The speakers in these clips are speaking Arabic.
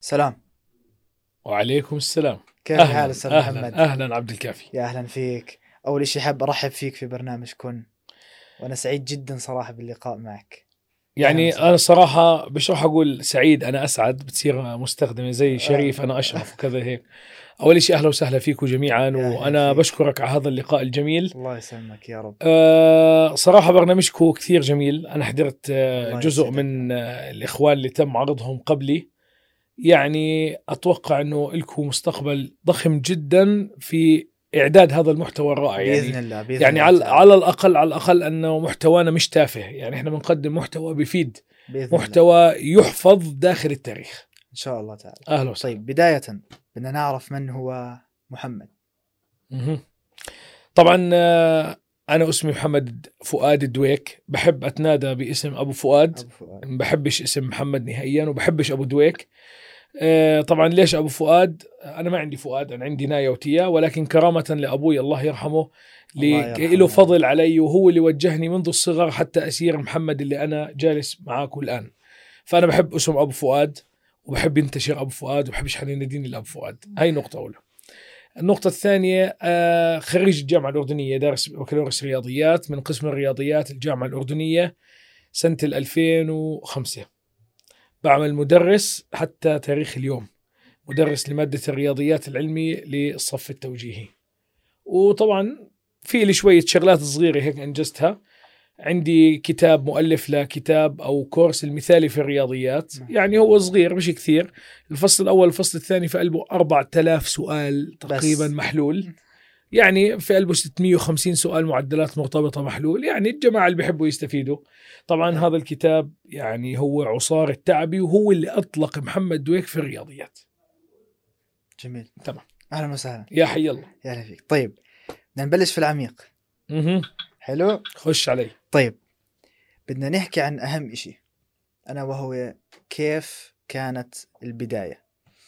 سلام. وعليكم السلام. كيف الحال أستاذ محمد؟ أهلا عبد الكافي. يا أهلا فيك. أول شيء حاب أرحب فيك في برنامج كن، وأنا سعيد جدا صراحة باللقاء معك. يعني أنا صراحة مش راح أقول سعيد، أنا أسعد، بتصير مستخدمة زي شريف أنا أشرف وكذا هيك. أول شيء أهلا وسهلا فيكم جميعا، وأنا بشكرك على هذا اللقاء الجميل. الله يسلمك يا رب. صراحة برنامجكم كثير جميل، أنا حضرت جزء من الإخوان اللي تم عرضهم قبلي. يعني أتوقع أنه لكم مستقبل ضخم جدا في إعداد هذا المحتوى الرائع. بإذن الله بإذن يعني الله على الأقل أنه محتوانا مش تافه، يعني إحنا بنقدم محتوى بيفيد، محتوى يحفظ داخل التاريخ إن شاء الله تعالى. أهلا وسهلا. طيب بداية بدنا نعرف من هو محمد. طبعا أنا اسمي محمد فؤاد الدويك، بحب أتنادى باسم أبو فؤاد. ما بحبش اسم محمد نهائيا، وبحبش أبو دويك. طبعا ليش أبو فؤاد؟ أنا ما عندي فؤاد، أنا عندي نايا وتيا، ولكن كرامة لأبوي الله يرحمه، له فضل علي، وهو اللي وجهني منذ الصغر حتى أسير محمد اللي أنا جالس معاكم الآن. فأنا بحب اسم أبو فؤاد، وبحب ينتشر أبو فؤاد، وبحبش حد يناديني لأبو فؤاد. هاي نقطة أولى. النقطة الثانية، خريج الجامعة الأردنية، دارس بكالوريوس رياضيات من قسم الرياضيات الجامعة الأردنية سنة 2005. بعمل مدرس حتى تاريخ اليوم، مدرس لمادة الرياضيات العلمي للصف التوجيهي. وطبعا في لي شوية شغلات صغيرة هيك أنجزتها. عندي كتاب، مؤلف لكتاب أو كورس المثالي في الرياضيات، يعني هو صغير مش كثير. الفصل الأول الفصل الثاني في قلبه 4000 سؤال تقريبا محلول، يعني في قلبه 650 سؤال معدلات مرتبطة محلول، يعني الجماعة اللي بيحبوا يستفيدوا. طبعا هذا الكتاب يعني هو عصارة التعبي، وهو اللي أطلق محمد دويك في الرياضيات. جميل، تمام. أهلا وسهلا. يا حي الله. يا هلا فيك. طيب بدنا نبلش في العميق. حلو، خش علي. طيب بدنا نحكي عن أهم إشي، أنا وهو كيف كانت البداية.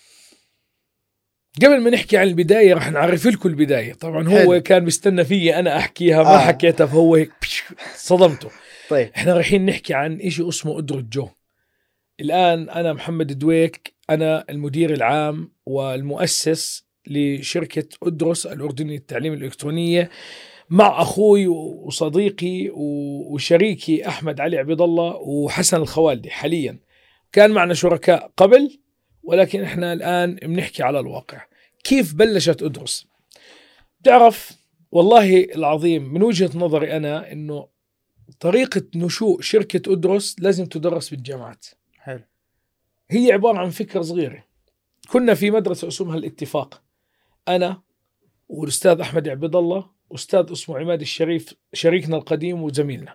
قبل ما نحكي عن البداية رح نعرف لكم البداية. طبعا هو حلو. كان بيستنى فيي أنا أحكيها، ما حكيتها، فهو هيك صدمته. طيب احنا رايحين نحكي عن إشي اسمه أدرج جو. الآن أنا محمد دويك، أنا المدير العام والمؤسس لشركة أدرس الأردنية للتعليم الإلكترونية، مع أخوي وصديقي وشريكي أحمد علي عبد الله وحسن الخوالدي. حاليا كان معنا شركاء قبل، ولكن إحنا الآن بنحكي على الواقع. كيف بلشت أدرس؟ تعرف والله العظيم من وجهة نظري أنا إنه طريقة نشوء شركة أدرس لازم تدرس بالجامعات. حلو. هي عبارة عن فكرة صغيرة. كنا في مدرسة اسمها الاتفاق، أنا والأستاذ أحمد عبد الله، أستاذ اسمه عماد الشريف شريكنا القديم وزميلنا.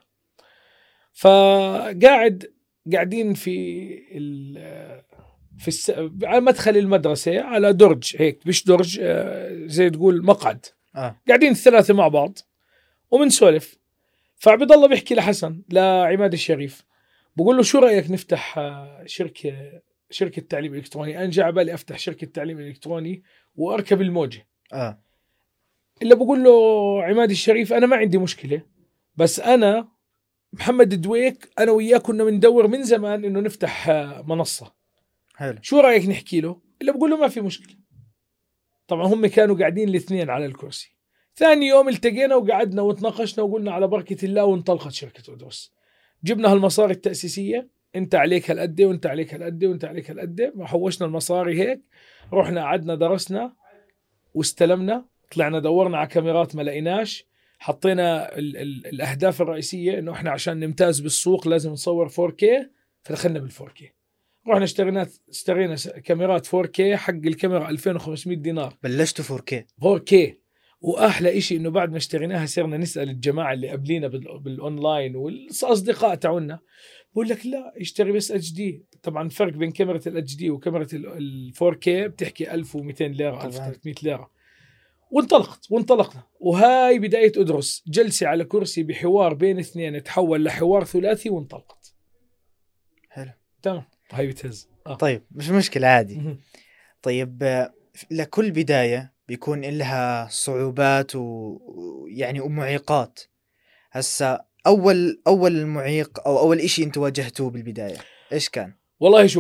قاعدين على مدخل المدرسة، على درج هيك، مش درج، زي تقول مقعد. قاعدين الثلاثة مع بعض ومنسولف. فعبد الله بيحكي لحسن لعماد الشريف، بقول له شو رأيك نفتح شركة تعليم إلكتروني؟ أنا جاء على بالي أفتح شركة تعليم إلكتروني وأركب الموجة. إلا بقول له عماد الشريف أنا ما عندي مشكلة، بس أنا محمد دويك أنا وياه كنا بندور من زمان إنه نفتح منصة. حلو. شو رأيك نحكي له؟ إلا بقول له ما في مشكلة. طبعا هم كانوا قاعدين الاثنين على الكرسي. ثاني يوم التقينا وقعدنا وتناقشنا وقلنا على بركة الله، وانطلقت شركة أدرس. جبنا هالمصاري التأسيسية، انت عليك هالقد وانت عليك هالقد وانت عليك هالقد، حوشنا المصاري هيك، رحنا قعدنا درسنا واستلمنا. طلعنا دورنا على كاميرات ما لقيناش. حطينا الأهداف الرئيسية إنه إحنا عشان نمتاز بالسوق لازم نصور 4K، فدخلنا بال4K. رحنا اشترينا كاميرات 4K، حق الكاميرا 2500 دينار. بلشتوا 4K. وأحلى إشي إنه بعد ما اشتريناها صرنا نسأل الجماعة اللي قبلينا بالأونلاين والأصدقاء تعونا، بقول لك لا اشتري بس HD. طبعا فرق بين كاميرا الHD وكاميرا ال4K بتحكي 1200 ليرة 1300 ليرة. وانطلقنا. وهاي بداية أدرس، جلسة على كرسي بحوار بين اثنين تحول لحوار ثلاثي وانطلقت. حلو تمام. هاي بتهز. طيب مش مشكلة عادي. طيب لكل بداية بيكون لها صعوبات ويعني ومعيقات. هسا أول معيق أو أول إشي أنت واجهتوه بالبداية إيش كان؟ والله شوف،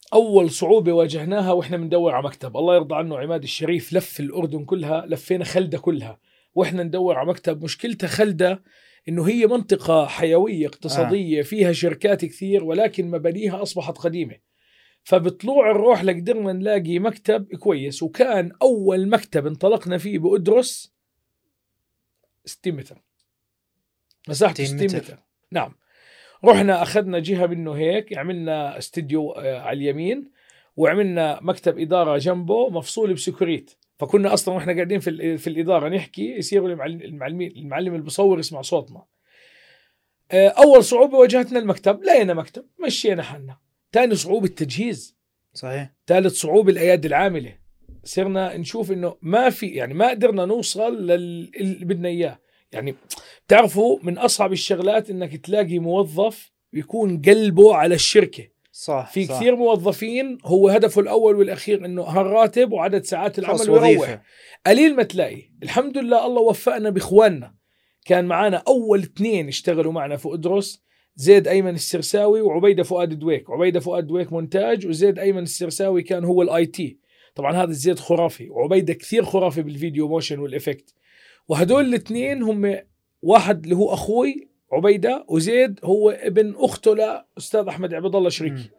أول صعوبة واجهناها وإحنا بندور على مكتب، الله يرضى عنه عماد الشريف لف الأردن كلها، لفينا خلدة كلها وإحنا ندور على مكتب. مشكلتها خلدة إنه هي منطقة حيوية اقتصادية فيها شركات كثير، ولكن مبانيها أصبحت قديمة، فبطلوع الروح لقدرنا نلاقي مكتب كويس. وكان أول مكتب انطلقنا فيه بأدرس 60 متر، مساحته 60 متر. نعم. رحنا أخذنا جهة منه هيك، عملنا استديو على اليمين، وعملنا مكتب إدارة جنبه مفصول بسكوريت. فكنا أصلا وإحنا قاعدين في الإدارة نحكي، يصيروا المعلم اللي بصور يسمع صوتنا. أول صعوبة واجهتنا المكتب، لقينا مكتب مشينا حالنا. ثاني صعوبة التجهيز. صحيح. ثالث صعوبة الأيادي العاملة. صرنا نشوف إنه ما في، يعني ما قدرنا نوصل اللي بدنا إياه. يعني بتعرفوا من أصعب الشغلات إنك تلاقي موظف يكون قلبه على الشركة. صح. في كثير موظفين هو هدفه الأول والأخير إنه هالراتب وعدد ساعات العمل ويروح. قليل ما تلاقي. الحمد لله الله وفقنا بإخواننا. كان معنا أول 2 اشتغلوا معنا في أدرس، زيد أيمن السرساوي وعبيدة فؤاد دويك. عبيدة فؤاد دويك مونتاج، وزيد أيمن السرساوي كان هو الآي تي. طبعا هذا الزيد خرافي، وعبيدة كثير خرافي بالفيديو موشن والإفكت. وهدول الاثنين هم، واحد اللي هو أخوي عبيدة، وزيد هو ابن أخته لأستاذ أحمد عبد الله شريكي.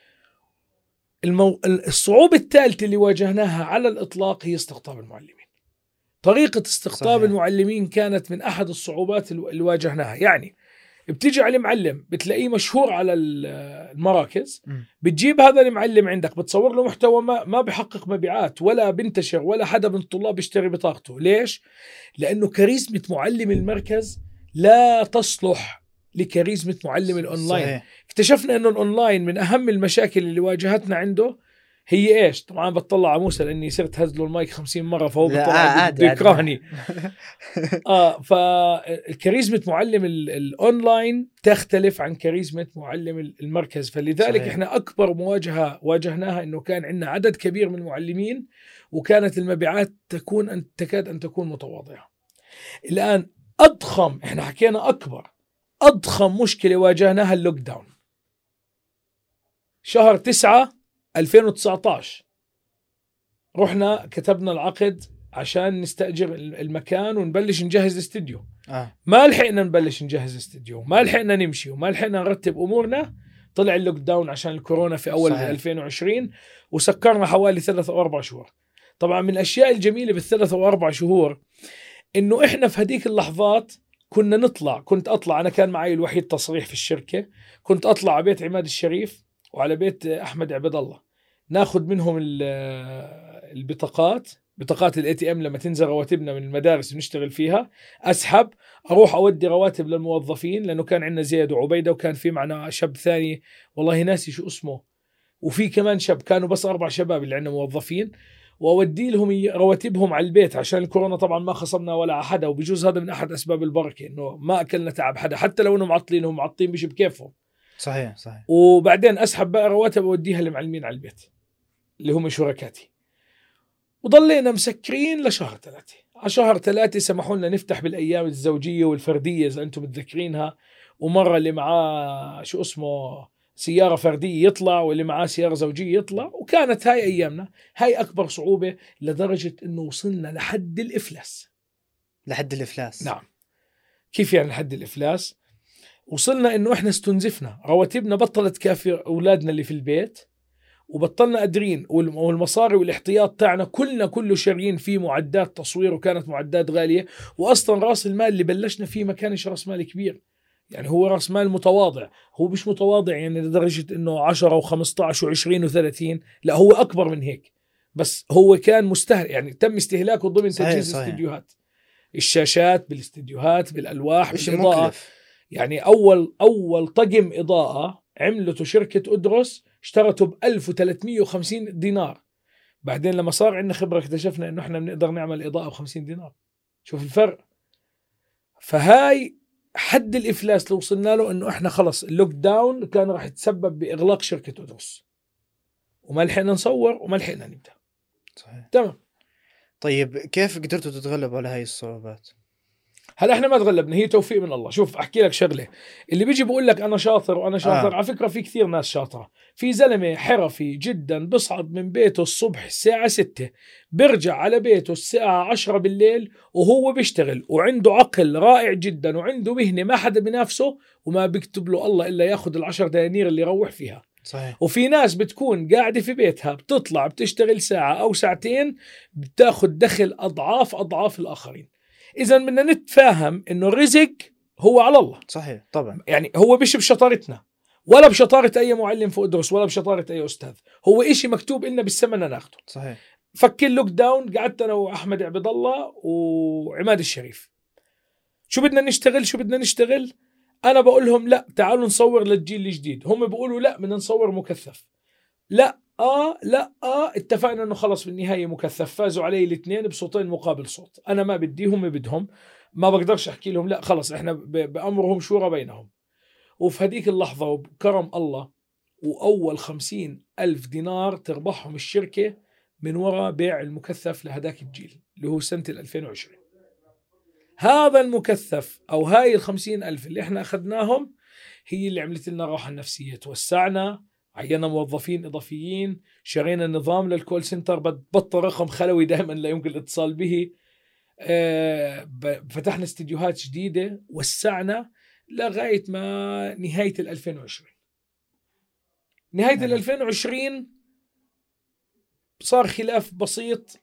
الصعوبة الثالثة اللي واجهناها على الإطلاق هي استقطاب المعلمين. طريقة استقطاب المعلمين كانت من أحد الصعوبات اللي واجهناها. يعني بتيجي على معلم بتلاقيه مشهور على المراكز، بتجيب هذا المعلم عندك بتصور له محتوى ما بيحقق مبيعات ولا بنتشر، ولا حدا من الطلاب بيشتري بطاقته. ليش؟ لأنه كاريزمة معلم المركز لا تصلح لكاريزمة معلم الأونلاين. صحيح. اكتشفنا أنه الأونلاين من أهم المشاكل اللي واجهتنا عنده هي إيش؟ طبعا بتطلع على موسى لأني صرت هزله المايك 50 مرة، فهو بتطلع بده يكرهني. فكاريزمة معلم الأونلاين تختلف عن كاريزمة معلم المركز. فلذلك صحيح. إحنا أكبر مواجهة واجهناها إنه كان عندنا عدد كبير من المعلمين، وكانت المبيعات تكاد أن تكون متواضعة. الآن إحنا حكينا أضخم مشكلة واجهناها اللوك داون. شهر 9 2019 رحنا كتبنا العقد عشان نستأجر المكان ونبلش نجهز الاستديو. ما لحقنا نبلش نجهز الاستديو، ما لحقنا نمشي، وما لحقنا نرتب أمورنا. طلع اللوك داون عشان الكورونا في أول صحيح. 2020، وسكرنا حوالي 3 أو 4 شهور. طبعا من الأشياء الجميلة بال3 أو 4 شهور إنه إحنا في هذيك اللحظات كنت أطلع، أنا كان معي الوحيد تصريح في الشركة، كنت أطلع على بيت عماد الشريف وعلى بيت أحمد عبد الله، ناخذ منهم بطاقات الاي تي ام لما تنزل رواتبنا من المدارس ونشتغل فيها، اسحب اروح اودي رواتب للموظفين، لانه كان عندنا زياد وعبيده، وكان في معنا شاب ثاني والله ناسي شو اسمه، وفي كمان شاب، كانوا بس 4 شباب اللي عندنا موظفين، واودي لهم رواتبهم على البيت عشان الكورونا. طبعا ما خصمنا ولا على حدا، وبجوز هذا من احد اسباب البركه انه ما اكلنا تعب حدا، حتى لو انهم معطلين، هم معطين مش بكيفهم. صحيح. وبعدين اسحب بقى رواتب اوديها للمعلمين على البيت اللي هم شركاتي. وضلينا مسكرين لشهر 3. على شهر 3 سمحوا لنا نفتح بالأيام الزوجية والفردية إذا أنتم متذكرينها، ومرة اللي معاه سيارة فردية يطلع، واللي معاه سيارة زوجية يطلع. وكانت هاي أيامنا، هاي أكبر صعوبة، لدرجة أنه وصلنا لحد الإفلاس. نعم. كيف يعني لحد الإفلاس؟ وصلنا أنه إحنا استنزفنا، رواتبنا بطلت كافي أولادنا اللي في البيت، وبطلنا قادرين، والمصاري والاحتياط تاعنا كله شاريين فيه معدات تصوير، وكانت معدات غالية. وأصلا رأس المال اللي بلشنا فيه ما كانش رأس مال كبير، يعني هو رأس مال متواضع. هو مش متواضع يعني لدرجة إنه 10 و15 و20 و30، لا هو أكبر من هيك، بس هو كان مستهلك، يعني تم استهلاكه ضمن تجهيز الاستديوهات، الشاشات بالاستديوهات بالألواح بالإضاءة. يعني أول طقم إضاءة عملته شركة أدرس اشترته ب1350 دينار. بعدين لما صار عندنا خبرة اكتشفنا انه احنا بنقدر نعمل اضاءة ب50 دينار. شوف الفرق. فهاي حد الافلاس اللي وصلنا له، انه احنا خلص اللوك داون كان راح يتسبب باغلاق شركة أدرس، وما لحقنا نصور وما لحقنا نبدأ. صحيح. تمام. طيب كيف قدرتوا تتغلبوا على هاي الصعوبات؟ هلا احنا ما تغلبنا، هي توفيق من الله. شوف احكي لك شغله، اللي بيجي بقول لك انا شاطر وانا شاطر، على فكره في كثير ناس شاطره. في زلمه حرفي جدا بصعد من بيته الصبح الساعه 6، بيرجع على بيته الساعه 10 بالليل وهو بيشتغل، وعنده عقل رائع جدا، وعنده مهنه ما حدا بنافسه، وما بيكتب له الله الا ياخذ ال10 دنانير اللي يروح فيها. صحيح. وفي ناس بتكون قاعدة في بيتها بتطلع بتشتغل ساعة أو ساعتين بتاخد دخل أضعاف الآخرين. إذا بدنا نتفاهم إنه الرزق هو على الله. صحيح طبعا. يعني هو مش بشطارتنا ولا بشطارة أي معلم فوق درس ولا بشطارة أي أستاذ، هو إشي مكتوب لنا بالسمنة ناخده. صحيح. فك اللوك داون، قعدت أنا وأحمد عبد الله وعماد الشريف، شو بدنا نشتغل. أنا بقول لهم لا تعالوا نصور للجيل الجديد، هم بيقولوا لا بدنا نصور مكثف. لا اتفقنا انه خلص في النهايه مكثف، فازوا علي الاثنين بصوتين مقابل صوت. انا ما بدي، هم بدهم، ما بقدرش احكي لهم لا خلص، احنا بامرهم شورى بينهم. وفي هذيك اللحظه وبكرم الله، واول 50,000 دينار تربحهم الشركه من وراء بيع المكثف لهداك الجيل اللي هو سنه 2020. هذا المكثف او هاي 50,000 اللي احنا اخذناهم هي اللي عملت لنا راحه نفسيه. توسعنا، عينا موظفين إضافيين، شرينا نظام للكول سنتر بطل رقم خلوي دائما لا يمكن الاتصال به، فتحنا استديوهات جديدة، وسعنا لغاية ما نهاية 2020. نهاية 2020 صار خلاف بسيط،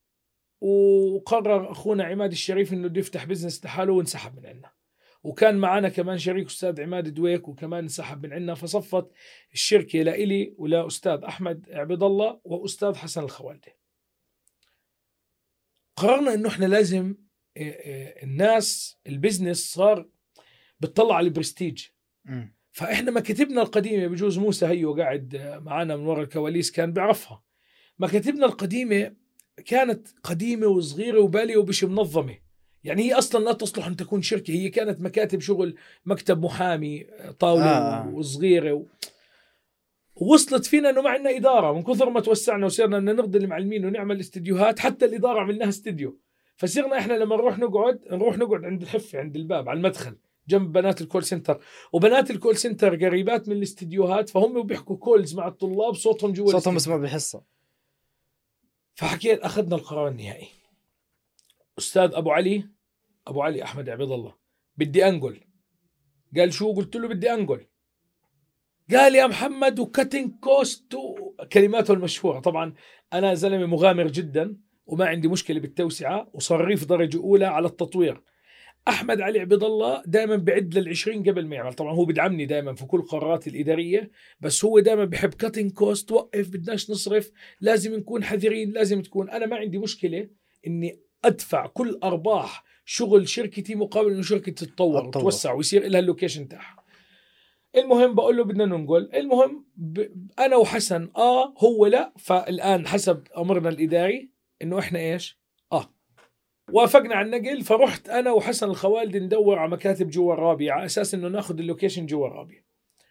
وقرر أخونا عماد الشريف إنه بده يفتح بزنس لحاله وانسحب من عنا. وكان معنا كمان شريك أستاذ عماد دويك وكمان انسحب من عنا، فصفت الشركة لإلي ولا أستاذ أحمد عبد الله وأستاذ حسن الخوالدي. قررنا إنه إحنا لازم الناس البزنس صار بتطلع على البرستيج. فإحنا مكاتبنا القديمة، بجوز موسى هيو قاعد معنا من وراء الكواليس كان بيعرفها، مكاتبنا القديمة كانت قديمة وصغيرة وبالية وبش منظمة. يعني هي أصلا لا تصلح أن تكون شركة، هي كانت مكاتب شغل، مكتب محامي، طاولة وصغيرة ووصلت فينا أنه ما عندنا إدارة. من كثر ما توسعنا وصرنا أن نرضي المعلمين ونعمل استديوهات، حتى الإدارة عملناها استديو. فصرنا إحنا لما نروح نقعد عند الحفة، عند الباب على المدخل جنب بنات الكول سنتر، وبنات الكول سنتر قريبات من الاستديوهات، فهم بيحكوا كولز مع الطلاب صوتهم جوا، صوتهم مسموع بالحصة. فحكيت أخذنا القرار النهائي. أستاذ أبو علي أحمد عبد الله بدي أنقل. قال شو؟ قلت له بدي أنقل. قال يا محمد وكاتنج كوست، كلماته المشهورة. طبعا أنا زلمة مغامر جدا وما عندي مشكلة بالتوسعة، وصريف درجة أولى على التطوير. أحمد علي عبد الله دائما بعد لل20 قبل ما يعمل. طبعا هو بدعمني دائما في كل قرارات الإدارية، بس هو دائما بحب كاتنج كوست، وقف بدناش نصرف، لازم نكون حذرين، لازم تكون. أنا ما عندي مشكلة إني أدفع كل أرباح شغل شركتي مقابل إنه شركتي تتطور وتوسع ويصير لها اللوكيشن تاعها. المهم بقول له بدنا ننقل. المهم أنا وحسن هو لا. فالآن حسب أمرنا الإداري إنه إحنا إيش وافقنا على النقل. فرحت أنا وحسن الخوالدي ندور على مكاتب جوا الرابية على أساس إنه ناخذ اللوكيشن جوا الرابية.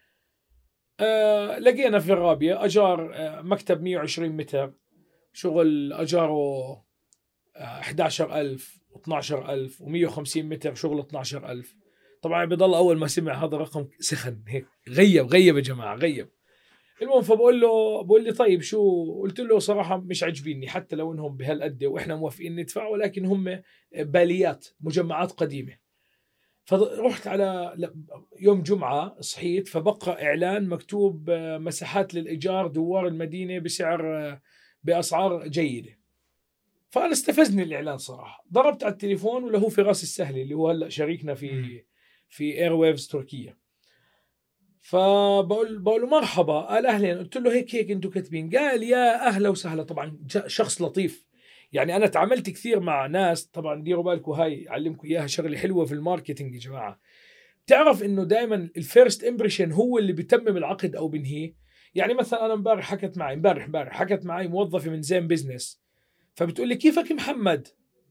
لقينا في الرابية أجار مكتب 120 متر، شغل أجاره 11,000 و12,000، و150 متر شغل 12,000. طبعا بضل أول ما سمع هذا الرقم سخن هيك، غيب يا جماعة غيب. المهم بقول لي طيب شو؟ قلت له صراحة مش عجبيني حتى لو إنهم بهالقد وإحنا موافقين ندفع، ولكن هم باليات مجمعات قديمة. فرحت على يوم جمعة صحيت فبقرأ إعلان مكتوب مساحات للإيجار دوار المدينة بأسعار جيدة. فأنا استفزني الإعلان صراحة. ضربت على التليفون وله فراس السهلي اللي هو هلأ شريكنا في ايرويفز تركيا. فبقول له مرحبا. قال أهلا. قلت له هيك انتوا كاتبين؟ قال يا أهلا وسهلا. طبعا شخص لطيف. يعني أنا تعاملت كثير مع ناس، طبعا ديروا بالكم هاي علمكم إياها شغلة حلوة في الماركتينج يا جماعة. تعرف إنه دائما الفيرست إمبريشن هو اللي بيتمم العقد أو بنهيه. يعني مثلا أنا امبارح حكت معي موظفة من زين بيزنس، فبتقول لي كيفك محمد؟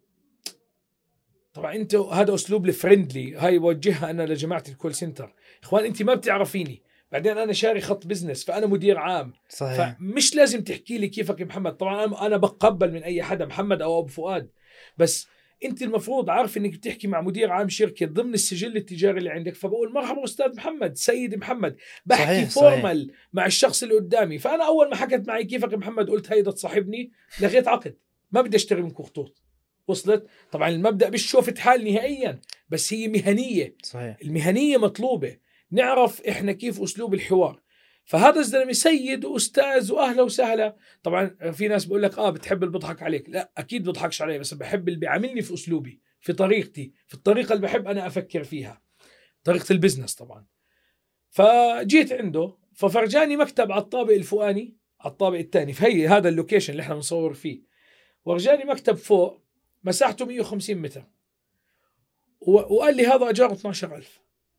طبعا انت هذا اسلوب الفريندلي، هاي بوجهها انا لجماعه الكول سنتر. اخوان انت ما بتعرفيني، بعدين انا شاري خط بزنس، فانا مدير عام. صحيح. فمش لازم تحكي لي كيفك محمد. طبعا انا بقبل من اي حدا محمد او ابو فؤاد، بس انت المفروض عارف انك بتحكي مع مدير عام شركه ضمن السجل التجاري اللي عندك، فبقول مرحبا استاذ محمد، سيد محمد، بحكي فورمال مع الشخص اللي قدامي. فانا اول ما حكت معي كيفك يا محمد قلت هيدا تصاحبني، لغيت عقد، ما بدي اشتري منكم خطوط. وصلت؟ طبعا المبدا مش شوفة حال نهائيا، بس هي مهنيه. صحيح. المهنيه مطلوبه، نعرف احنا كيف اسلوب الحوار. فهذا الزلمه سيد واستاذ واهلا وسهلا. طبعا في ناس بقول لك بتحب اللي بضحك عليك. لا اكيد بضحكش علي، بس بحب اللي بيعاملني في اسلوبي، في طريقتي، في الطريقه اللي بحب انا افكر فيها، طريقه البزنس طبعا. فجيت عنده ففرجاني مكتب على الطابق الفوقاني، على الطابق الثاني، فهي هذا اللوكيشن اللي احنا بنصور فيه. ورجاني مكتب فوق مساحته 150 متر، وقال لي هذا اجاره 12,000.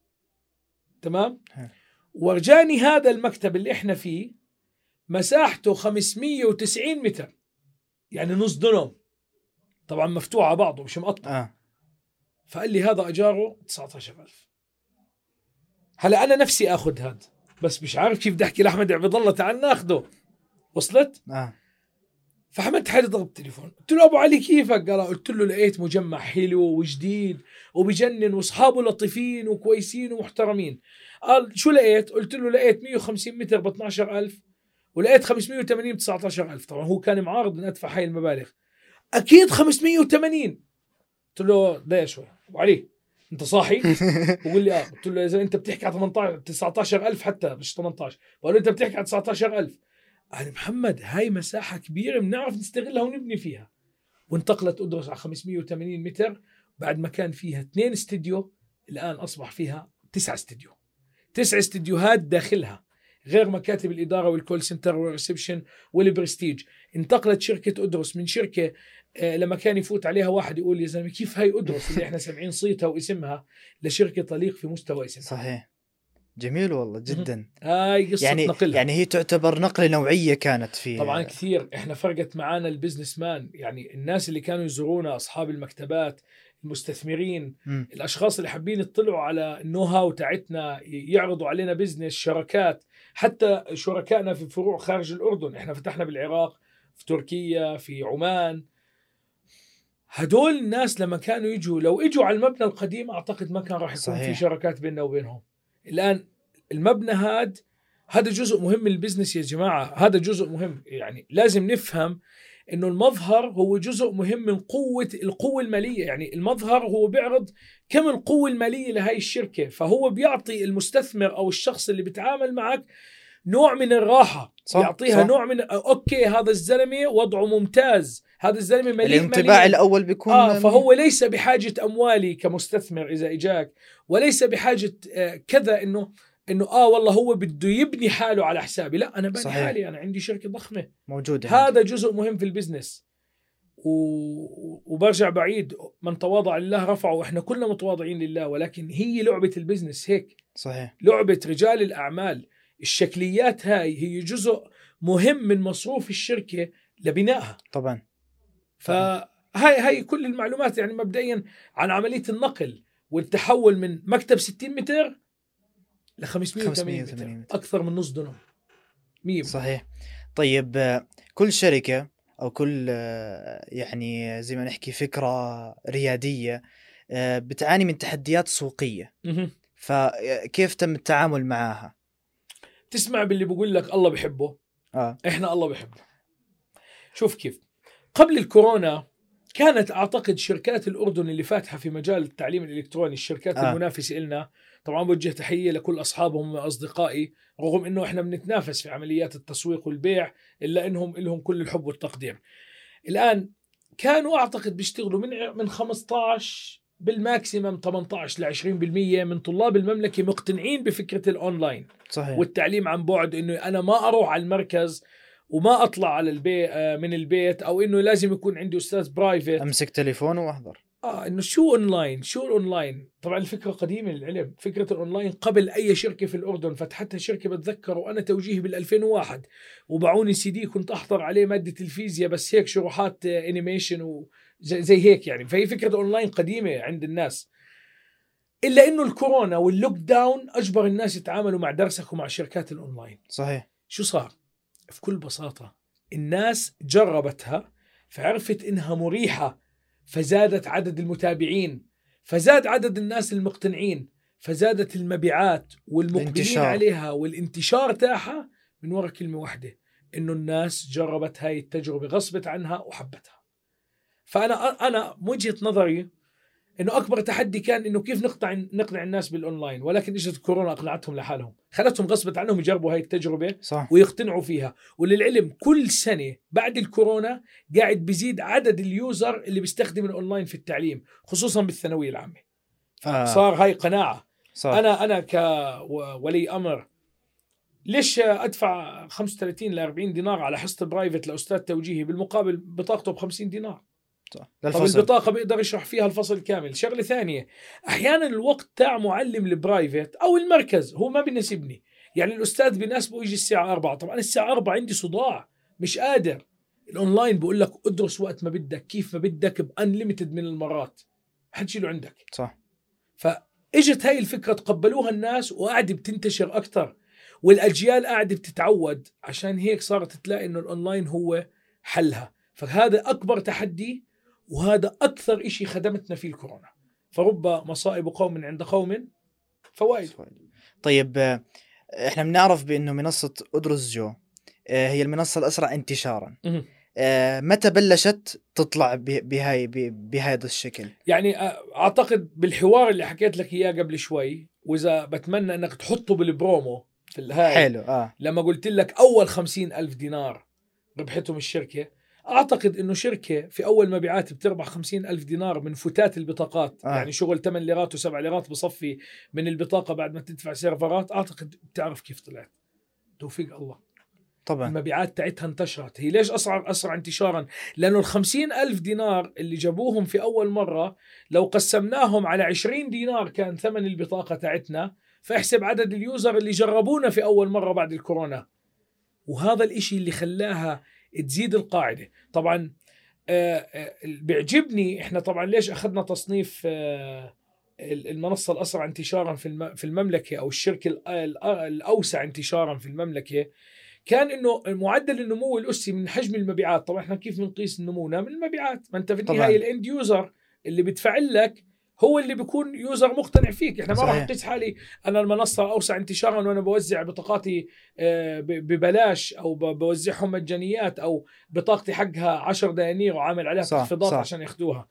تمام. ورجاني هذا المكتب اللي احنا فيه مساحته 590 متر، يعني نص دنم، طبعا مفتوح على بعضه مش مقطع. فقال لي هذا اجاره 19,000. هلا انا نفسي اخذ هذا، بس مش عارف كيف بدي احكي لاحمد عبد الله تعال ناخذه. وصلت؟ فحمدت حالي ضربت تليفون، قلت له ابو علي كيفك؟ قال قلت له لقيت مجمع حلو وجديد وبجنن واصحابه لطيفين وكويسين ومحترمين. قال شو لقيت؟ قلت له لقيت 150 متر ب 12,000 ولقيت 580 ب 19,000. طبعا هو كان معارض ان ادفع هاي المبالغ. اكيد 580. قلت له ده شوي ابو علي انت صاحي؟ بقول لي قلت له اذا انت بتحكي على 19,000 حتى مش 18. بقول له انت بتحكي على 19,000. قال محمد هاي مساحة كبيرة بنعرف نستغلها ونبني فيها. وانتقلت أدرس على 580 متر بعد ما كان فيها 2 استديو، الآن أصبح فيها 9 استديو، 9 استديوهات داخلها، غير مكاتب الإدارة والكول سنتر والريسبشن والبرستيج. انتقلت شركة أدرس من شركة لما كان يفوت عليها واحد يقول يا زلمة كيف هاي أدرس اللي احنا سامعين صيتها واسمها، لشركة تليق في مستوى اسمها. صحيح. جميل والله جدا. هاي قصة يعني نقلها. يعني هي تعتبر نقلة نوعية كانت فيها. طبعا كثير. احنا فرقت معانا البزنس مان، يعني الناس اللي كانوا يزورونا، اصحاب المكتبات، المستثمرين، الاشخاص اللي حابين يطلعوا على النو هاو تاعتنا، يعرضوا علينا بزنس، شراكات، حتى شركائنا في فروع خارج الاردن. احنا فتحنا بالعراق، في تركيا، في عمان. هدول الناس لما كانوا يجوا، لو اجوا على المبنى القديم اعتقد ما كان راح يكون صحيح. في شراكات بيننا وبينهم. الان المبنى هذا جزء مهم من البزنس يا جماعة، هذا جزء مهم. يعني لازم نفهم انه المظهر هو جزء مهم من القوة المالية. يعني المظهر هو بيعرض كم القوة المالية لهاي الشركة، فهو بيعطي المستثمر او الشخص اللي بيتعامل معك نوع من الراحة، يعطيها نوع من اوكي هذا الزلمة وضعه ممتاز، هذا الزلمة مليء. الانطباع الاول بيكون فهو ليس بحاجة اموالي كمستثمر اذا اجاك، وليس بحاجة كذا انه والله هو بده يبني حاله على حسابي. لا انا بني حالي، انا عندي شركة ضخمة موجودة. هذا جزء مهم في البزنس. وبرجع بعيد، من تواضع لله رفعه، واحنا كلنا متواضعين لله، ولكن هي لعبة البزنس هيك. صحيح. لعبة رجال الاعمال. الشكليات هي جزء مهم من مصروف الشركة لبنائها طبعا. فهاي كل المعلومات يعني مبدئيا عن عملية النقل والتحول من مكتب 60 متر ل 580 متر، أكثر من نص دنم. صحيح. طيب كل شركة أو كل يعني زي ما نحكي فكرة ريادية بتعاني من تحديات سوقية. فكيف تم التعامل معها؟ تسمع باللي بقول لك الله بحبه. إحنا الله بحبه. شوف كيف قبل الكورونا كانت أعتقد شركات الأردن اللي فاتحة في مجال التعليم الإلكتروني، الشركات المنافسة إلنا، طبعا بوجه تحية لكل أصحابهم وأصدقائي، رغم إنه إحنا بنتنافس في عمليات التسويق والبيع، إلا إنهم لهم كل الحب والتقدير. الآن كانوا أعتقد بيشتغلوا من 15 بالماكسيمم 18 ل 20% من طلاب المملكة مقتنعين بفكرة الأونلاين. صحيح. والتعليم عن بعد، إنه أنا ما أروح على المركز وما أطلع على من البيت، أو إنه لازم يكون عندي أستاذ برايفت أمسك تليفون وأحضر. إنه شو الأونلاين. طبعا الفكرة قديمة للعلم، فكرة الأونلاين قبل أي شركة في الأردن فتحتها شركة. بتذكر وأنا توجيهي بال2001 وبعوني CD كنت أحضر عليه مادة الفيزياء، بس هيك شروحات انيميشن وزي هيك يعني. فهي فكرة الأونلاين قديمة عند الناس، إلا إنه الكورونا واللوك داون أجبر الناس يتعاملوا مع درسك ومع شركات الأونلاين. صحيح. شو صار؟ في كل بساطة الناس جربتها فعرفت إنها مريحة فزادت عدد المتابعين، فزاد عدد الناس المقتنعين، فزادت المبيعات والمقبلين الانتشار. عليها والانتشار تاعها من وراء كلمة واحدة، إنه الناس جربت هاي التجربة غصبت عنها وحبتها. فأنا وجهة نظري إنه أكبر تحدي كان إنه كيف نقنع الناس بالأونلاين، ولكن إجت الكورونا أقنعتهم لحالهم، خلتهم غصبت عنهم يجربوا هاي التجربة صح. ويقتنعوا فيها. وللعلم كل سنة بعد الكورونا قاعد بيزيد عدد اليوزر اللي بيستخدم الأونلاين في التعليم، خصوصا بالثانوية العامة. فصار هاي قناعة. صح. أنا كولي أمر ليش أدفع 35 ل 40 دينار على حصة برايفت لأستاذ توجيهي بالمقابل بطاقته ب50 دينار؟ طب البطاقة بيقدر يشرح فيها الفصل كامل. شغلة ثانية، أحيانا الوقت تاع معلم البرايفت أو المركز هو ما بيناسبني، يعني الأستاذ بيناسبه يجي الساعة 4، طبعا الساعة 4 عندي صداع مش قادر. الأونلاين بقول لك ادرس وقت ما بدك كيف ما بدك بأنليمتد من المرات، حتشيله عندك. صح. فإجت هاي الفكرة تقبلوها الناس وقاعد بتنتشر أكتر، والأجيال قاعدة بتتعود، عشان هيك صارت تلاقي إنه الأونلاين هو حلها. فهذا أكبر تحدي، وهذا أكثر إشي خدمتنا فيه الكورونا. فرب مصائب قوم عند قوم فوائد. طيب إحنا بنعرف بأنه منصة أدرس جو هي المنصة الأسرع انتشارا. متى بلشت تطلع بهذا الشكل؟ يعني أعتقد بالحوار اللي حكيت لك إياه قبل شوي، وإذا بتمنى أنك تحطه بالبرومو في الهاي. حلو. لما قلت لك أول 50,000 دينار ربحتهم الشركة، أعتقد أنه شركة في أول مبيعات بتربح 50,000 دينار من فتات البطاقات، يعني شغل 8 ليرات و7 ليرات بصفي من البطاقة بعد ما تدفع سيرفرات. أعتقد بتعرف كيف طلعت، توفيق الله. طبعا المبيعات تاعتها انتشرت. هي ليش أسرع انتشارا؟ لأنه 50,000 دينار اللي جابوهم في أول مرة لو قسمناهم على 20 دينار كان ثمن البطاقة تاعتنا، فاحسب عدد اليوزر اللي جربونا في أول مرة بعد الكورونا، وهذا الإشي اللي خلاها تزيد القاعدة. طبعا بيعجبني إحنا طبعا ليش أخذنا تصنيف المنصة الأسرع انتشارا في المملكة، أو الشركة الأوسع انتشارا في المملكة، كان إنه معدل النمو الأسي من حجم المبيعات. طبعا إحنا كيف بنقيس نمونا؟ من المبيعات. ما أنت في النهاية الإند يوزر اللي بتفعل لك هو اللي بيكون يوزر مقتنع فيك. إحنا ما راح نقيس حالي أنا المنصة أوسع انتشارا وأنا بوزع بطاقاتي ببلاش، أو بوزعهم مجانيات، أو بطاقتي حقها 10 دنانير وعامل عليها تخفيضات عشان ياخدوها.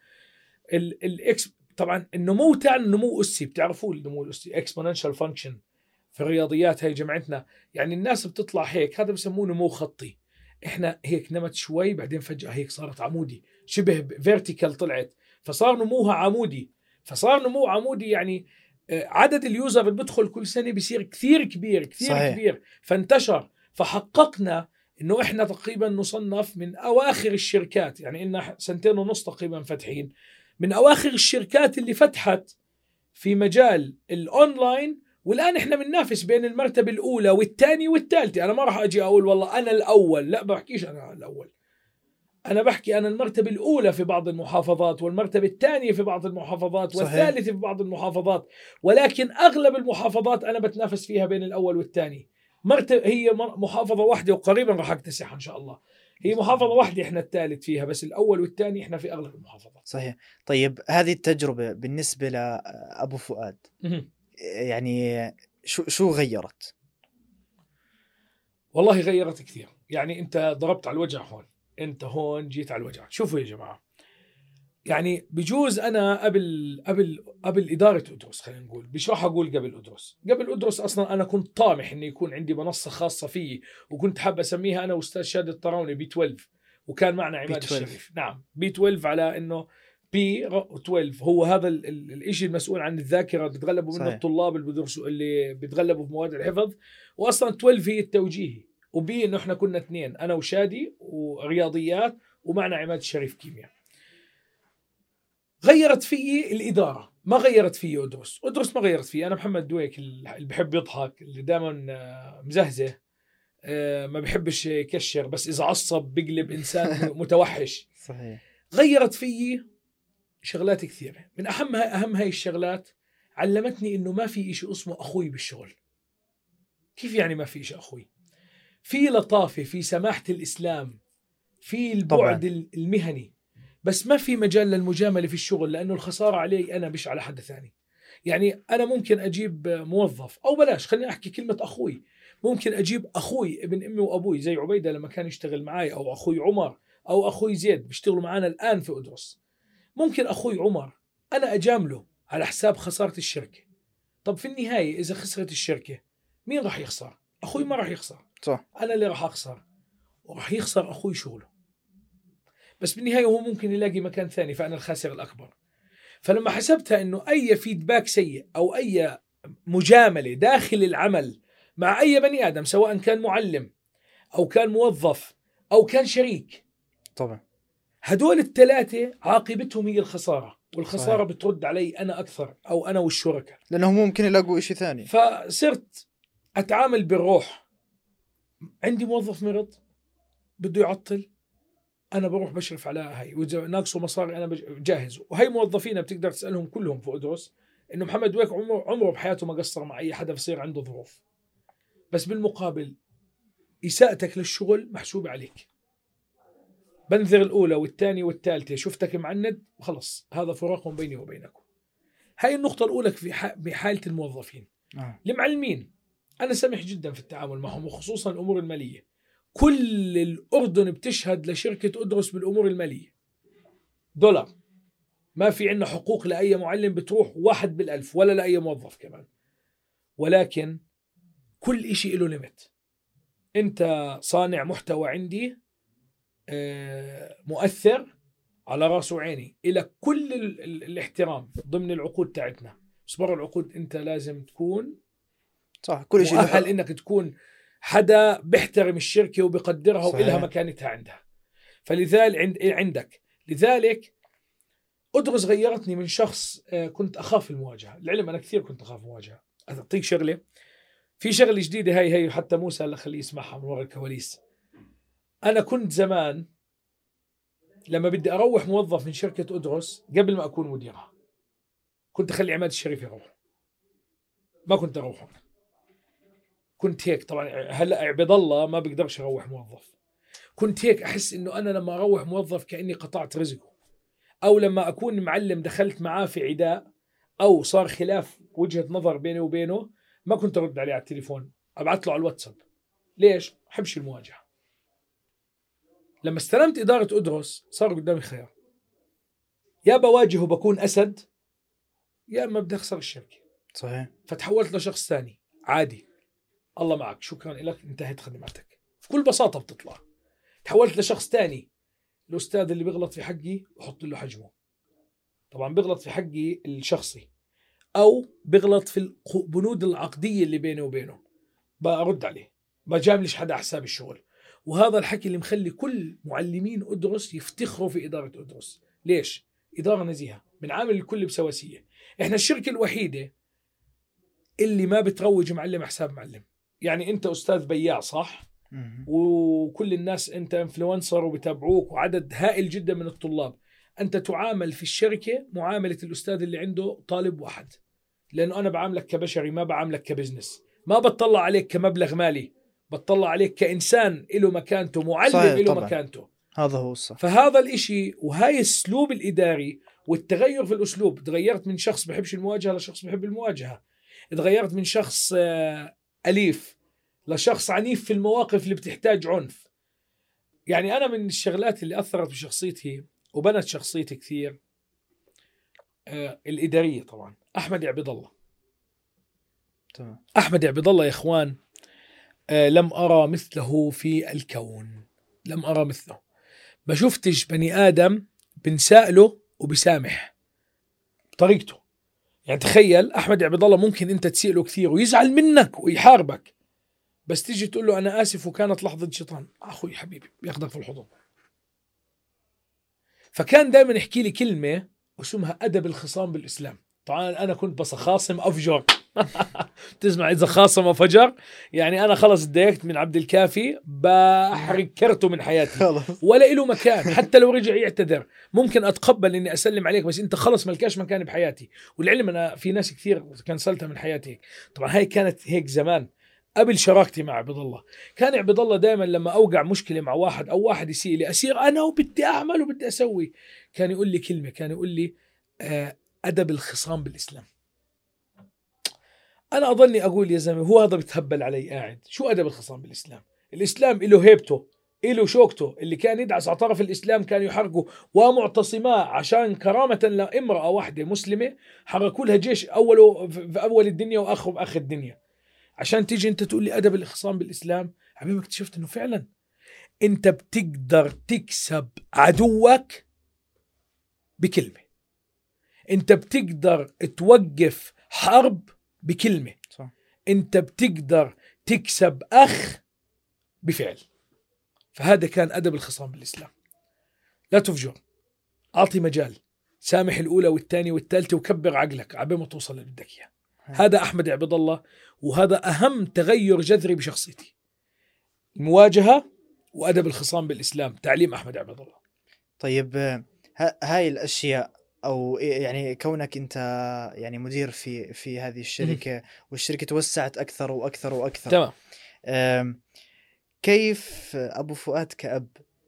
طبعا النمو تاعنا نمو أسي، بتعرفوا النمو الأسي exponential function في الرياضيات، هاي جمعتنا. يعني الناس بتطلع هيك، هذا بسموه نمو خطي. احنا هيك نمت شوي بعدين فجأة هيك صارت عمودي، شبه فيرتيكال طلعت، فصار نموها عمودي. فصار نمو عمودي يعني عدد اليوزر اللي بدخل كل سنة بيصير كثير كبير كبير، فانتشر. فحققنا انه احنا تقريبا نصنف من اواخر الشركات، يعني إلنا 2.5 سنين تقريبا فاتحين، من اواخر الشركات اللي فتحت في مجال الاونلاين. والآن إحنا بننافس بين المرتبة الأولى والثانية والثالثة. أنا ما راح أجي أقول والله أنا الأول، لا بحكيش أنا الأول، أنا بحكي أنا المرتبة الأولى في بعض المحافظات، والمرتبة الثانية في بعض المحافظات، والثالثة في بعض المحافظات. ولكن أغلب المحافظات أنا بتنافس فيها بين الأول والثاني. هي محافظة واحدة وقريبا راح أكتسح إن شاء الله. هي محافظة واحدة إحنا الثالث فيها، بس الأول والثاني إحنا في أغلب المحافظات. صحيح. طيب هذه التجربة بالنسبة لأبو فؤاد يعني شو غيرت؟ والله غيرت كثير. يعني أنت ضربت على الوجع هون، أنت هون جيت على الوجع. شوفوا يا جماعة، يعني بجوز أنا قبل إدارة أدرس، خلينا نقول، مش راح أقول قبل أدرس أصلا أنا كنت طامح إني يكون عندي منصة خاصة فيي، وكنت حاب أسميها أنا وأستاذ شادي الطراوني بي 12، وكان معنا عماد الشريف. نعم، بي 12 على إنه بي 12 هو هذا الإشي المسؤول عن الذاكرة، بتغلبوا منه الطلاب اللي بيتغلبوا بمواد الحفظ. وأصلا 12 هي التوجيهي، وبي إنه إحنا كنا 2، أنا وشادي ورياضيات، ومعنا عماد الشريف كيمياء. غيرت فيي الإدارة، ما غيرت فيي أدرس ما غيرت فيي. أنا محمد دويك اللي بحب يضحك، اللي دائما مزهزه، ما بحبش يكشر، بس إذا عصب بقلب إنسان متوحش. صحيح. غيرت فيي شغلات كثيرة، من أهم هاي الشغلات علمتني إنه ما في إشي اسمه أخوي بالشغل. كيف يعني ما في إشي أخوي؟ في لطافة، في سماحة الإسلام، في البعد المهني. بس ما في مجال للمجاملة في الشغل، لأنه الخسارة علي أنا مش على حد ثاني. يعني أنا ممكن أجيب موظف، أو بلاش خليني أحكي كلمة أخوي، ممكن أجيب أخوي ابن أمي وأبوي زي عبيدة لما كان يشتغل معي، أو أخوي عمر، أو أخوي زيد بيشتغلوا معنا الآن في أدرس. ممكن أخوي عمر أنا أجامله على حساب خسارة الشركة. طب في النهاية إذا خسرت الشركة مين راح يخسر؟ أخوي ما راح يخسر، صح. أنا اللي راح أخسر، وراح يخسر أخوي شغله. بس بالنهاية هو ممكن يلاقي مكان ثاني، فأنا الخاسر الأكبر. فلما حسبتها إنه أي فيدباك سيء أو أي مجاملة داخل العمل مع أي بني آدم، سواء كان معلم أو كان موظف أو كان شريك، طبعا هدول الثلاثة عاقبتهم هي الخسارة، والخسارة صحيح. بترد علي أنا أكثر، أو أنا والشركاء، لأنهم ممكن يلاقوا إشي ثاني. فصرت أتعامل بالروح. عندي موظف مرض بده يعطل، أنا بروح بشرف على هاي، وإذا ناقصوا مصاري أنا بجهزه. وهي موظفين بتقدر تسألهم كلهم في أدرس إنه محمد دويك عمره بحياته ما قصر مع أي حدا بصير عنده ظروف. بس بالمقابل إساءتك للشغل محسوبة عليك. بنذر الأولى والثانية والثالثة شفتك معند وخلص، هذا فراق بيني وبينكم. هاي النقطة الأولى في بحالة الموظفين. المعلمين أنا سمح جدا في التعامل معهم، وخصوصا الأمور المالية. كل الأردن بتشهد لشركة أدرس بالأمور المالية $، ما في عنا حقوق لأي معلم بتروح 1 بالألف، ولا لأي موظف كمان. ولكن كل إشي له ليميت. أنت صانع محتوى عندي مؤثر، على رأس وعيني، إلى كل الاحترام ضمن العقود تاعتنا. بس برا العقود أنت لازم تكون صح، كل شيء مؤهل إنك تكون حدا بيحترم الشركة وبيقدرها وإلها مكانتها عندها. فلذلك عندك، لذلك أدرس غيرتني من شخص كنت أخاف المواجهة. العلم أنا كثير كنت أخاف المواجهة. أعطيك شغلة، في شغلة جديدة هاي حتى موسى اللي خليه يسمعها من وراء الكواليس. أنا كنت زمان لما بدي أروح موظف من شركة أدرس قبل ما أكون مديرها، كنت أخلي عماد الشريف يروح، ما كنت أروح. كنت هيك. طبعا هلأ عبد الله ما بقدرش أروح موظف. كنت هيك أحس إنه أنا لما أروح موظف كأني قطعت رزقه، أو لما أكون معلم دخلت معاه في عداء أو صار خلاف وجهة نظر بيني وبينه، ما كنت أرد عليه على التليفون، أبعث له على الواتساب. ليش؟ حبش المواجهة. لما استلمت إدارة أدرس صار قدامي خيار، يا بواجهه بكون أسد، يا ما بدي أخسر الشركة. صحيح. فتحولت لشخص ثاني عادي، الله معك، شكرا لك، انتهت خدماتك، بكل بساطة بتطلع. تحولت لشخص ثاني، الأستاذ اللي بيغلط في حقي وحط له حجمه. طبعا بيغلط في حقي الشخصي، أو بيغلط في البنود العقدية اللي بيني وبينه، برد عليه، بجاملش حدا حساب الشغل. وهذا الحكي اللي مخلي كل معلمين أدرس يفتخروا في إدارة أدرس. ليش؟ إدارة نزيهة، بنعامل الكل بسواسية. إحنا الشركة الوحيدة اللي ما بتروج معلم حساب معلم. يعني أنت أستاذ بياع صح؟ وكل الناس أنت انفلونسر وبتابعوك وعدد هائل جدا من الطلاب، أنت تعامل في الشركة معاملة الأستاذ اللي عنده طالب واحد، لأنه أنا بعاملك كبشري، ما بعاملك كبزنس. ما بتطلع عليك كمبلغ مالي، بتطلع عليك كإنسان له مكانته، معلم له مكانته. هذا هو الصح. فهذا الإشي وهاي الأسلوب الإداري والتغير في الأسلوب. تغيرت من شخص بحبش المواجهة لشخص بحب المواجهة. تغيرت من شخص أليف لشخص عنيف في المواقف اللي بتحتاج عنف. يعني أنا من الشغلات اللي أثرت بشخصيتي وبنت شخصيتي كثير الإدارية. طبعا أحمد عبد الله. تمام. أحمد عبد الله يا إخوان، لم أرى مثله في الكون، لم أرى مثله. ما شفتش بني آدم بنسأله وبسامح طريقته. يعني تخيل أحمد عبد الله ممكن أنت تسأله كثير ويزعل منك ويحاربك، بس تيجي تقول له أنا آسف وكانت لحظة شيطان، أخوي حبيبي بياخدك في الحضن. فكان دائما يحكي لي كلمة اسمها أدب الخصام بالإسلام. طبعا أنا كنت بس خاصم أفجر تسمع إذا خاصم أفجر، يعني أنا خلص اتضايقت من عبد الكافي بحرق كرته من حياتي ولا إله مكان. حتى لو رجع يعتذر ممكن أتقبل إني أسلم عليك، بس أنت خلص ملكاش مكان بحياتي. والعلم أنا في ناس كثير كنسلتها من حياتي. طبعا هاي كانت هيك زمان. قبل شراكتي مع عبد الله. كان عبد الله دائما لما أوقع مشكلة مع واحد أو واحد يسيء لي أصير أنا وبدي أعمل وبدي أسوي، كان يقول لي كلمة، كان يقول لي أدب الخصام بالإسلام. أنا أظني أقول يا زلمة هو هذا بتهبل علي قاعد، شو أدب الخصام بالإسلام؟ الإسلام له هيبته، له شوكته. اللي كان يدعس على طرف الإسلام كان يحرقوا، ومعتصما عشان كرامة لامرأة واحدة مسلمة حركوا لها جيش أوله في أول الدنيا وآخره بآخر الدنيا، عشان تيجي أنت تقول لي أدب الخصام بالإسلام. حبيبي اكتشفت أنه فعلا أنت بتقدر تكسب عدوك بكلمة، أنت بتقدر توقف حرب بكلمة، صح. أنت بتقدر تكسب أخ بفعل. فهذا كان أدب الخصام بالإسلام. لا تفجر، أعطي مجال، سامح الأولى والثانية والثالثة وكبر عقلك عبين ما توصل اللي بدك إياه. هذا أحمد عبد الله، وهذا أهم تغير جذري بشخصيتي، المواجهة وأدب الخصام بالإسلام، تعليم أحمد عبد الله. طيب هاي الأشياء، أو يعني كونك أنت يعني مدير في هذه الشركة والشركة توسعت أكثر وأكثر وأكثر، تمام. كيف أبو فؤاد كأب؟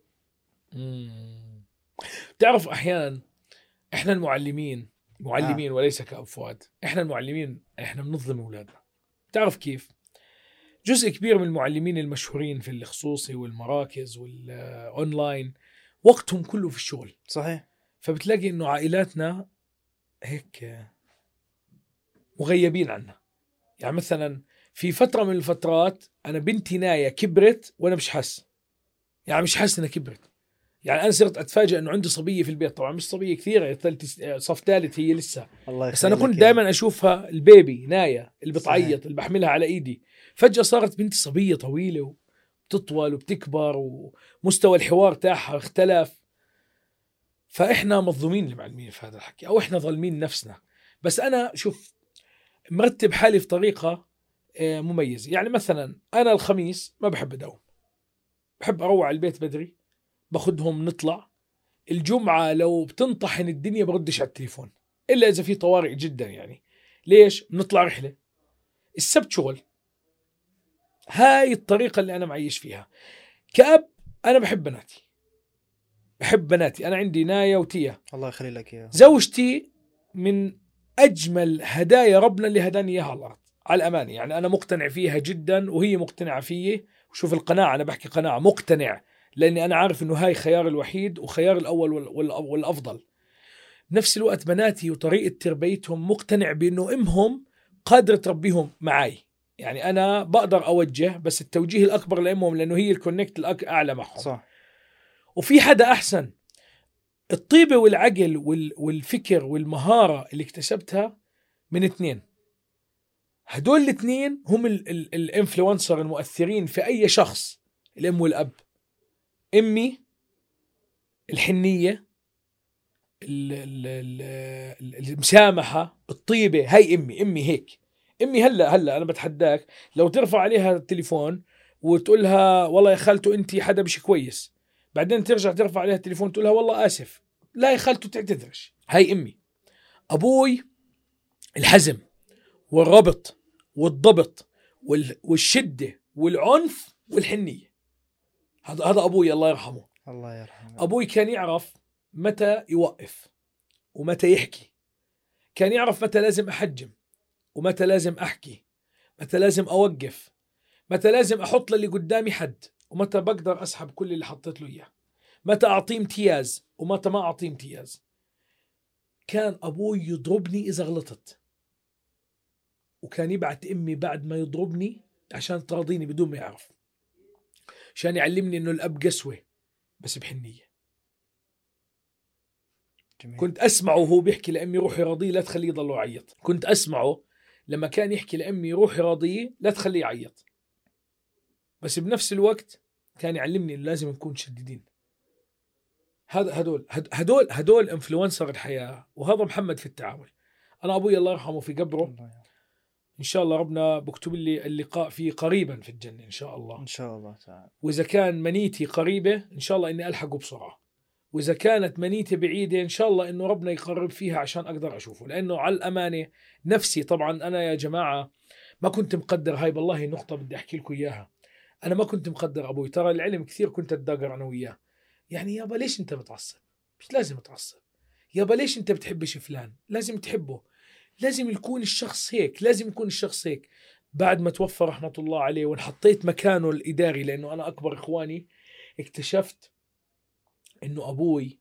تعرف أحيانا إحنا المعلمين وليس كأبو فؤاد، إحنا المعلمين إحنا بنظلم أولادنا. تعرف كيف؟ جزء كبير من المعلمين المشهورين في الخصوصي والمراكز والأونلاين وقتهم كله في الشغل. صحيح. فبتلاقي إنه عائلاتنا هيك مغيبين عنا. يعني مثلا في فترة من الفترات أنا بنتي نايا كبرت وأنا مش حاس، يعني مش حاس إنها كبرت. يعني أنا صرت أتفاجأ إنه عندي صبية في البيت، طبعا مش صبية كثيرة، صف ثالث هي لسه، بس أنا كنت دائما أشوفها البيبي نايا اللي بتعيط اللي بحملها على إيدي. فجأة صارت بنتي صبية طويلة وبتطول وبتكبر ومستوى الحوار تاعها اختلف. فإحنا مظلومين المعلمين في هذا الحكي، أو إحنا ظالمين نفسنا. بس أنا شوف مرتب حالي في طريقة مميزة. يعني مثلا أنا الخميس ما بحب أداوم، بحب أروح على البيت بدري، باخدهم نطلع. الجمعة لو بتنطحن الدنيا بردش على التليفون إلا إذا في طوارئ جدا. يعني ليش؟ بنطلع رحلة. السبت شغل. هاي الطريقة اللي أنا معيش فيها كأب. أنا بحب بناتي، أنا عندي نايا وتيا، الله يخلي لك يا زوجتي من أجمل هدايا ربنا اللي هداني إياها على الأرض، على الأمانة. يعني أنا مقتنع فيها جدا وهي مقتنعة فيه. وشوف القناعة، أنا بحكي قناعة، مقتنع، لأني أنا عارف إنه هاي خيار الوحيد وخيار الأول والأفضل. بنفس الوقت بناتي وطريقة تربيتهم مقتنع بأنه أمهم قادرة تربيهم معي. يعني أنا بقدر أوجه، بس التوجيه الأكبر لأمهم، لأنه هي الكونكت الأعلى معهم. صح. وفي حدا أحسن. الطيبة والعقل والفكر والمهارة اللي اكتسبتها من اثنين، هدول الاثنين هم الانفلونسر المؤثرين في أي شخص. الأم والأب. أمي الحنية، المسامحة، الطيبة، هاي أمي هيك. أمي هلا أنا بتحداك لو ترفع عليها التليفون وتقولها والله يا خالته أنتي حدا مش كويس، بعدين ترجع ترفع عليها التليفون تقولها والله آسف، لا يا خالته تعتذرش. هاي أمي. أبوي الحزم والربط والضبط والشدة والعنف والحنية. هذا أبوي الله يرحمه. الله يرحمه. أبوي كان يعرف متى يوقف ومتى يحكي، كان يعرف متى لازم أحجم ومتى لازم أحكي، متى لازم أوقف، متى لازم أحط للي قدامي حد، ومتى بقدر أسحب كل اللي حطيت له إياه، متى أعطيه امتياز ومتى ما أعطيه امتياز. كان أبوي يضربني إذا غلطت، وكان يبعت أمي بعد ما يضربني عشان تراضيني بدون ما يعرف، عشان يعلمني إنه الأب قسوة بس بحنية. جميل. كنت أسمعه وهو بيحكي لأمي روحي راضيه لا تخليه يضل يعيط. كنت أسمعه لما كان يحكي لأمي روحي راضيه لا تخليه يعيط، بس بنفس الوقت كان يعلمني إنه لازم نكون شديدين. هدول انفلونسر الحياة، وهذا محمد في التعامل. أنا أبوي الله يرحمه في قبره، إن شاء الله ربنا بكتب لي اللقاء فيه قريبا في الجنة إن شاء الله، إن شاء الله تعالى. وإذا كان منيتي قريبة إن شاء الله إني ألحقه بسرعة، وإذا كانت منيتي بعيدة إن شاء الله إنه ربنا يقرب فيها عشان أقدر أشوفه. لأنه على الأمانة نفسي، طبعا أنا يا جماعة ما كنت مقدر. هاي والله نقطة بدي أحكي لكم إياها. أنا ما كنت مقدر أبوي، ترى العلم كثير كنت أتداقر أنا وياه. يعني يابا ليش أنت متعصب؟ مش لازم تتعصب. يابا ليش أنت بتحبش فلان؟ لازم تحبه. لازم يكون الشخص هيك، لازم يكون الشخص هيك. بعد ما توفى رحمة الله عليه وانحطيت مكانه الإداري، لأنه أنا أكبر إخواني، اكتشفت إنه أبوي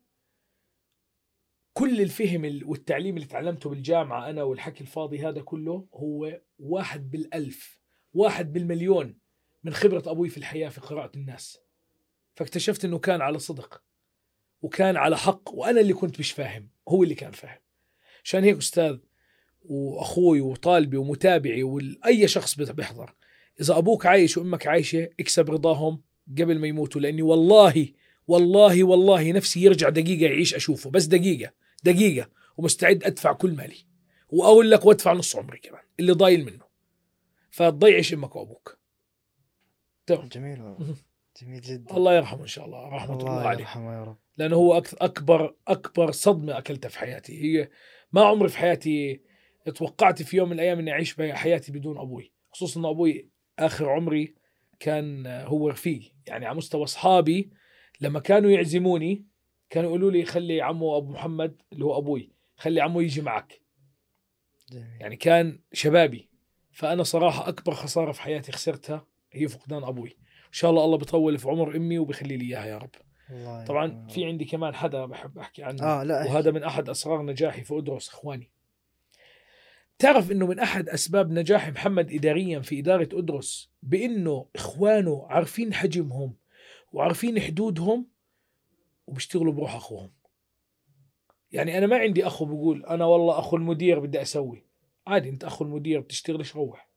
كل الفهم والتعليم اللي تعلمته بالجامعة أنا والحكي الفاضي هذا كله هو 1/1000، 1/1,000,000 من خبرة أبوي في الحياة في قراءة الناس. فاكتشفت أنه كان على صدق وكان على حق، وأنا اللي كنت مش فاهم، هو اللي كان فاهم. عشان هيك أستاذ وأخوي وطالبي ومتابعي وأي شخص بيحضر، إذا أبوك عايش وأمك عايشة اكسب رضاهم قبل ما يموتوا. لأني والله والله والله نفسي يرجع دقيقة يعيش أشوفه، بس دقيقة، ومستعد أدفع كل مالي، وأقول لك وأدفع نص عمري كمان اللي ضايل منه. فتضيعش أمك وأبوك. تمام. جميل جدا. الله يرحمه إن شاء الله، رحمة الله عليه. يرحمه يا رب. لأنه هو أكبر صدمة أكلتها في حياتي. هي ما عمري في حياتي توقعت في يوم من الأيام أني أعيش حياتي بدون أبوي، خصوصا أن أبوي آخر عمري كان هو رفيقي. يعني على مستوى أصحابي لما كانوا يعزموني كانوا يقولوا لي خلي عمو أبو محمد اللي هو أبوي خلي عمو يجي معك. جميل. يعني كان شبابي. فأنا صراحة أكبر خسارة في حياتي خسرتها هي فقدان أبوي. إن شاء الله بيطول في عمر أمي وبيخلي لي إياها يا رب. طبعا في عندي كمان حدا بحب أحكي عنه، وهذا من أحد أسرار نجاحي في أدرس. إخواني، تعرف إنه من أحد أسباب نجاح محمد إداريا في إدارة أدرس بإنه إخوانه عارفين حجمهم وعارفين حدودهم وبيشتغلوا بروح أخوهم. يعني أنا ما عندي أخو بقول أنا والله أخو المدير بدي أسوي. عادي، أنت أخو المدير بتشتغلش روح.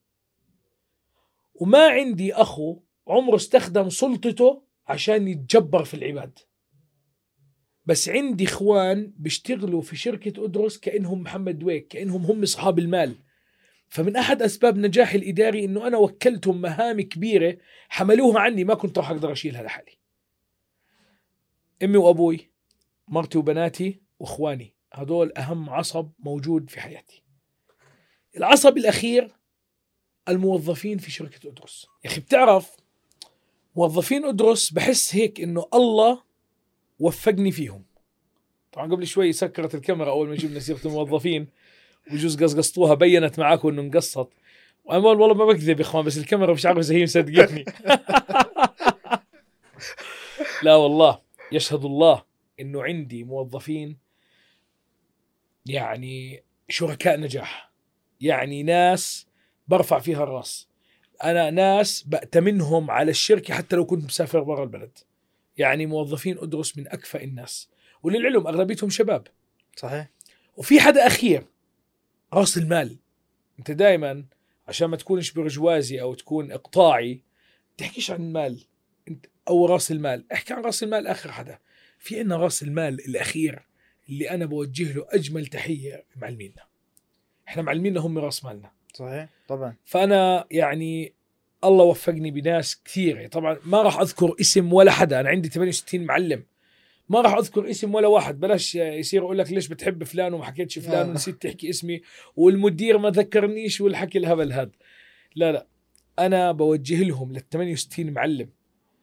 وما عندي أخو عمره استخدم سلطته عشان يتجبر في العباد. بس عندي إخوان بيشتغلوا في شركة أدرس كأنهم محمد دويك، كأنهم هم أصحاب المال. فمن أحد أسباب نجاحي الإداري إنه أنا وكلتهم مهام كبيرة حملوها عني ما كنت راح أقدر أشيلها لحالي. أمي وأبوي، مرتي وبناتي وإخواني، هدول أهم عصب موجود في حياتي. العصب الأخير الموظفين في شركة أدرس. يا أخي بتعرف موظفين أدرس بحس هيك إنه الله وفقني فيهم. طبعا قبل شوي سكرت الكاميرا أول ما جبنا سيرة الموظفين وجوز قصقصتوها بينت معاكم إنه انقصت. وأنا والله ما بكذب يا إخوان، بس الكاميرا مش عارف إذا هي مصدقتني. لا والله يشهد الله إنه عندي موظفين يعني شركاء نجاح، يعني ناس برفع فيها الراس. أنا ناس بأتمنهم على الشركة حتى لو كنت مسافر برا البلد. يعني موظفين أدرس من أكفأ الناس، وللعلم أغلبيتهم شباب. صحيح. وفي حدا أخير، رأس المال. أنت دائما عشان ما تكونش برجوازي أو تكون إقطاعي تحكيش عن المال أنت أو رأس المال، احكي عن رأس المال. آخر حدا في عنا رأس المال الأخير اللي أنا بوجه له أجمل تحية، معلمينا. إحنا معلمينا هم رأس مالنا. صحيح طبعا. فأنا يعني الله وفقني بناس كثيرة. طبعا ما راح أذكر اسم ولا حدا، أنا عندي 68 معلم، ما راح أذكر اسم ولا واحد. بلاش يصير أقول لك ليش بتحب فلان وما حكيتش فلان ونسيت تحكي اسمي والمدير ما ذكرنيش والحكي الهبل هذا. لا أنا بوجه لهم لل 68 معلم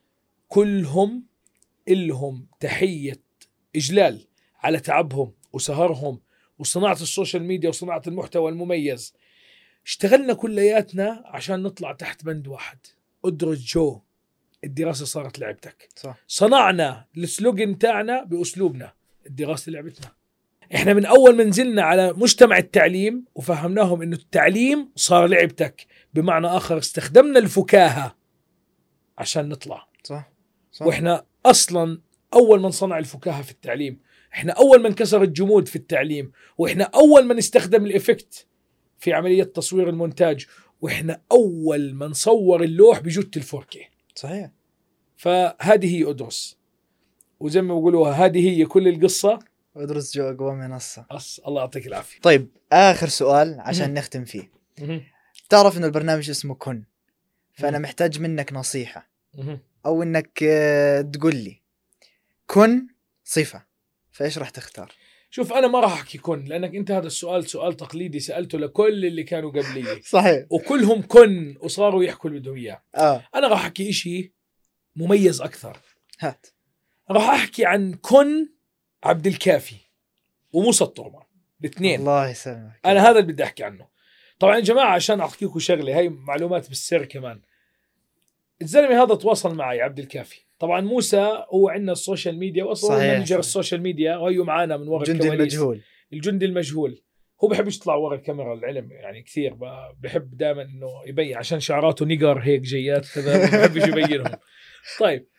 كلهم إلهم تحية إجلال على تعبهم وسهرهم وصناعة السوشيال ميديا وصناعة المحتوى المميز. اشتغلنا كلياتنا عشان نطلع تحت بند واحد، أدرس جو، الدراسة صارت لعبتك. صح. صنعنا السلوغن تاعنا بأسلوبنا، الدراسة لعبتنا. احنا من أول ما نزلنا على مجتمع التعليم وفهمناهم إنه التعليم صار لعبتك، بمعنى آخر استخدمنا الفكاهة عشان نطلع. صح. وإحنا أصلا أول من صنع الفكاهة في التعليم، إحنا أول من كسر الجمود في التعليم، وإحنا أول من استخدم الإفكت في عملية تصوير المونتاج، وإحنا أول من صور اللوح بجودة الفوركي. صحيح. فهذه هي أدرس، وزي ما بيقولوا هذه هي كل القصة. أدرس جو أقوى منصة. الله يعطيك العافية. طيب آخر سؤال عشان نختم فيه. تعرف إنه البرنامج اسمه كن، فأنا محتاج منك نصيحة أو إنك تقول لي كن صفة، فإيش راح تختار؟ شوف أنا ما راح أحكي كن، لأنك أنت هذا السؤال سؤال تقليدي سألته لكل اللي كانوا قبلي. صحيح. وكلهم كن وصاروا يحكوا اللي بدهم إياه. أنا راح أحكي إشي مميز أكثر. هات. راح أحكي عن كن عبد الكافي وموسى الطرمان الاثنين. الله يسلمك. أنا هذا اللي بدي أحكي عنه. طبعا يا جماعة عشان أحكيكم شغلة، هاي معلومات بالسر كمان. الزلمة هذا تواصل معي عبد الكافي. طبعا موسى هو عندنا السوشيال ميديا وأصلا مانجر السوشيال ميديا، وهي معانا من وراء الكواليس. الجندي المجهول. هو بحب يطلع وراء الكاميرا العلم يعني كثير، بحب دائما إنه يبين عشان شعراته نيجر هيك جيات كذا، ما بحبش يبينهم. طيب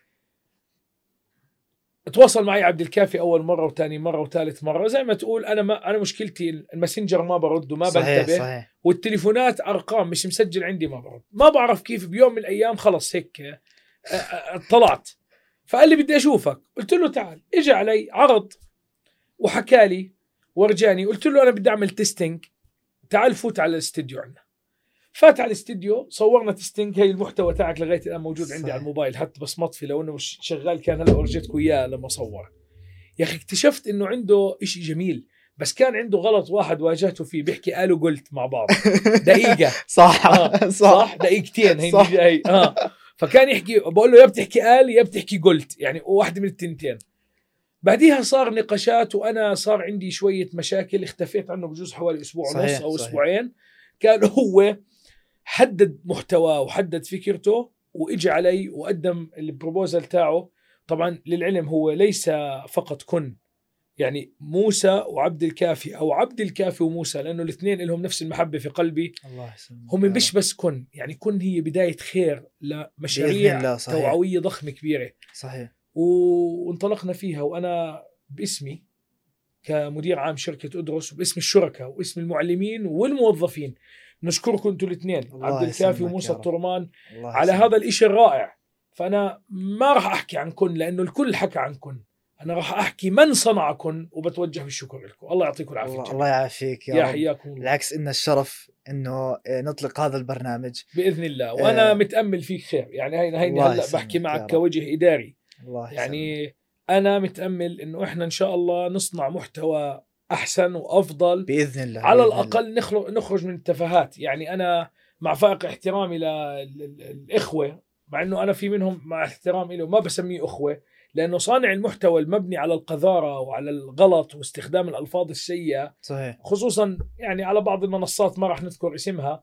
تواصل معي عبد الكافي أول مرة وثاني مرة وثالث مرة. زي ما تقول أنا مشكلتي الماسنجر ما برد وما بنتبه. صحيح. والتليفونات أرقام مش مسجل عندي ما برد. ما بعرف كيف بيوم من الأيام خلص هيك طلعت، فقال لي بدي أشوفك. قلت له تعال. إجا علي عرض وحكالي ورجاني. قلت له أنا بدي أعمل تيستينج، تعال فوت على الاستديو عنا. فات على الاستديو، صورنا تيستينج. هي المحتوى تاعك لغاية الآن موجود عندي على الموبايل، حتى بس مطفي لو إنه مش شغال كان هلا ورجيتكم إياه لما صور. يا أخي اكتشفت إنه عنده إشي جميل، بس كان عنده غلط واحد واجهته فيه. بيحكي قالوا قلت مع بعض دقيقة. صح دقيقتين هي جاي. فكان يحكي، بقول له يا بتحكي قال يا بتحكي قلت، يعني واحدة من التنتين. بعديها صار نقاشات، وأنا صار عندي شوية مشاكل، اختفيت عنه بجوز حوالي أسبوع ونص أو أسبوعين. كان هو حدد محتواه وحدد فكرته وإجي علي وقدم البروبوزل تاعه. طبعا للعلم هو ليس فقط كن، يعني موسى وعبد الكافي أو عبد الكافي وموسى، لأنه الاثنين لهم نفس المحبة في قلبي. الله هم مش بس كن، يعني كن هي بداية خير لمشاريع توعوية ضخمة كبيرة. صحيح. وانطلقنا فيها، وأنا باسمي كمدير عام شركة أدرس وباسم الشركاء واسم المعلمين والموظفين نشكركم انتوا الاثنين عبد الكافي وموسى الطرمان على هذا الاشي الرائع. فأنا ما راح أحكي عن كن لأنه الكل حكى عن كن، أنا راح أحكي من صنع كن، وبتوجه بالشكر لكم. الله يعطيكم العافية. الله يعافيك يا حياكم. بالعكس إن الشرف إنه نطلق هذا البرنامج بإذن الله، وأنا متأمل فيك خير. يعني هيني هلأ بحكي معك كوجه إداري. الله يعني أنا متأمل إنه إحنا إن شاء الله نصنع محتوى أحسن وأفضل بإذن الله. على الأقل نخرج من التفاهات. يعني أنا مع فائق احترامي للإخوة، مع أنه أنا في منهم مع احترامي له ما بسميه أخوة، لأنه صانع المحتوى المبني على القذارة وعلى الغلط واستخدام الألفاظ السيئة. صحيح. خصوصا يعني على بعض المنصات ما راح نذكر اسمها،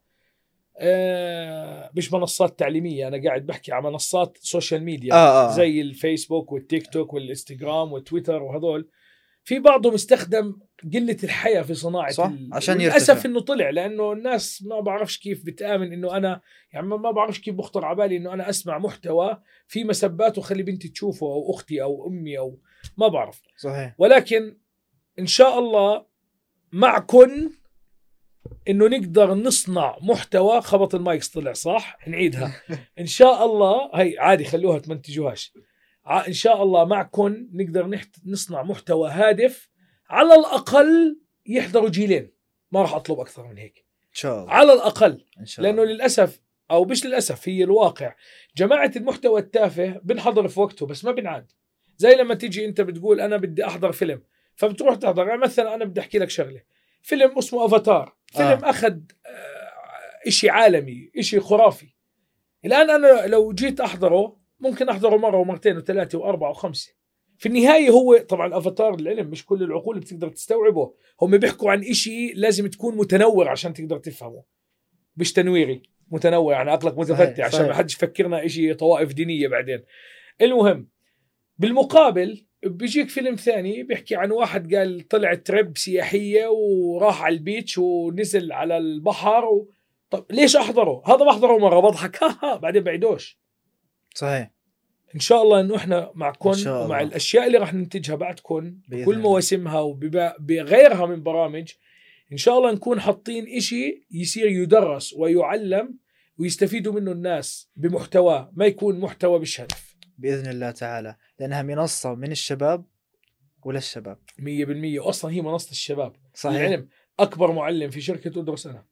مش منصات تعليمية، أنا قاعد بحكي على منصات سوشيال ميديا زي الفيسبوك والتيك توك والإنستغرام والتويتر، وهذول في بعضهم استخدم قلة الحياة في صناعة عشان للأسف إنه طلع، لأنه الناس ما بعرفش كيف بتآمن إنه أنا، يعني ما بعرفش كيف بخطر عبالي إنه أنا أسمع محتوى في مسبات وخلي بنتي تشوفه أو أختي أو أمي أو ما بعرف. صحيح. ولكن إن شاء الله معكن إنه نقدر نصنع محتوى. خبط المايكس طلع صح، نعيدها. إن شاء الله هي عادي خلوها تمنتجوهاش. إن شاء الله معكن نقدر نصنع محتوى هادف، على الأقل يحضروا جيلين. ما راح أطلب أكثر من هيك إن شاء الله، على الأقل. إن شاء الله. لأنه للأسف أو مش للأسف، هي الواقع، جماعة المحتوى التافه بنحضر في وقته بس ما بنعاد. زي لما تيجي أنت بتقول أنا بدي أحضر فيلم، فبتروح تحضر. يعني مثلا أنا بدي أحكي لك شغلة، فيلم اسمه أفاتار، فيلم أخذ إشي عالمي، إشي خرافي. الآن أنا لو جيت أحضره ممكن أحضره مرة ومرتين وثلاثة وأربعة وخمسة. في النهاية هو طبعا أفاتار العلم مش كل العقول بتقدر تستوعبه. هم بيحكوا عن إشي لازم تكون متنوع عشان تقدر تفهمه، مش تنويري، متنوع يعني عقلك متفتح عشان ما حدش يفكرنا إشي طوائف دينية بعدين. المهم بالمقابل بيجيك فيلم ثاني بيحكي عن واحد قال طلع تريب سياحية وراح على البيتش ونزل على البحر طب ليش أحضره؟ هذا بحضره مرة بضحك بعدين بعيدوش. صحيح. إن شاء الله إنه إحنا معكم ومع الأشياء اللي راح ننتجها بعدكم بكل مواسمها وبغيرها من برامج، إن شاء الله نكون حاطين إشي يصير يدرس ويعلم ويستفيدوا منه الناس بمحتوى، ما يكون محتوى بالهدف بإذن الله تعالى، لأنها منصة من الشباب وللشباب 100%. أصلا هي منصة الشباب. صحيح. العلم أكبر معلم في شركة أدرس أنا،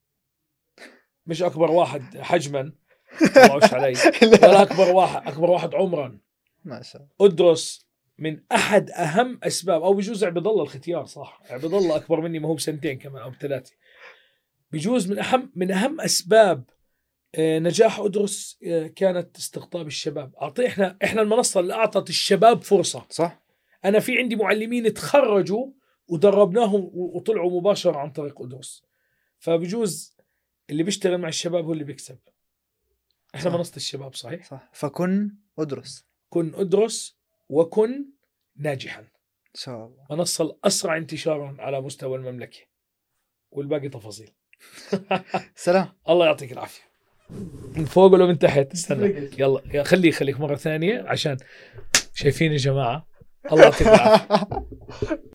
مش أكبر واحد حجما طلعوش علي ولا أكبر واحد عمرا. ما شاء الله. أدرس من أحد أهم أسباب، أو بجوز عبد الله الختيار صح، عبد الله أكبر مني ما هو بسنتين كمان أو ب3، بجوز من أهم أسباب نجاح أدرس كانت استقطاب الشباب. إحنا المنصة اللي أعطت الشباب فرصة. صح. أنا في عندي معلمين تخرجوا ودربناهم وطلعوا مباشرة عن طريق أدرس، فبجوز اللي بيشتغل مع الشباب هو اللي بيكسب. إحنا صح. منصة الشباب صحيح. صح. فكن أدرس، كن أدرس وكن ناجحا. إن شاء الله. منصة الأسرع انتشارا على مستوى المملكة، والباقي تفاصيل. سلام. الله يعطيك العافية. من فوق ولا من تحت؟ استنى يلا خليك مرة ثانية عشان شايفين يا جماعة. الله يعطيك العافية.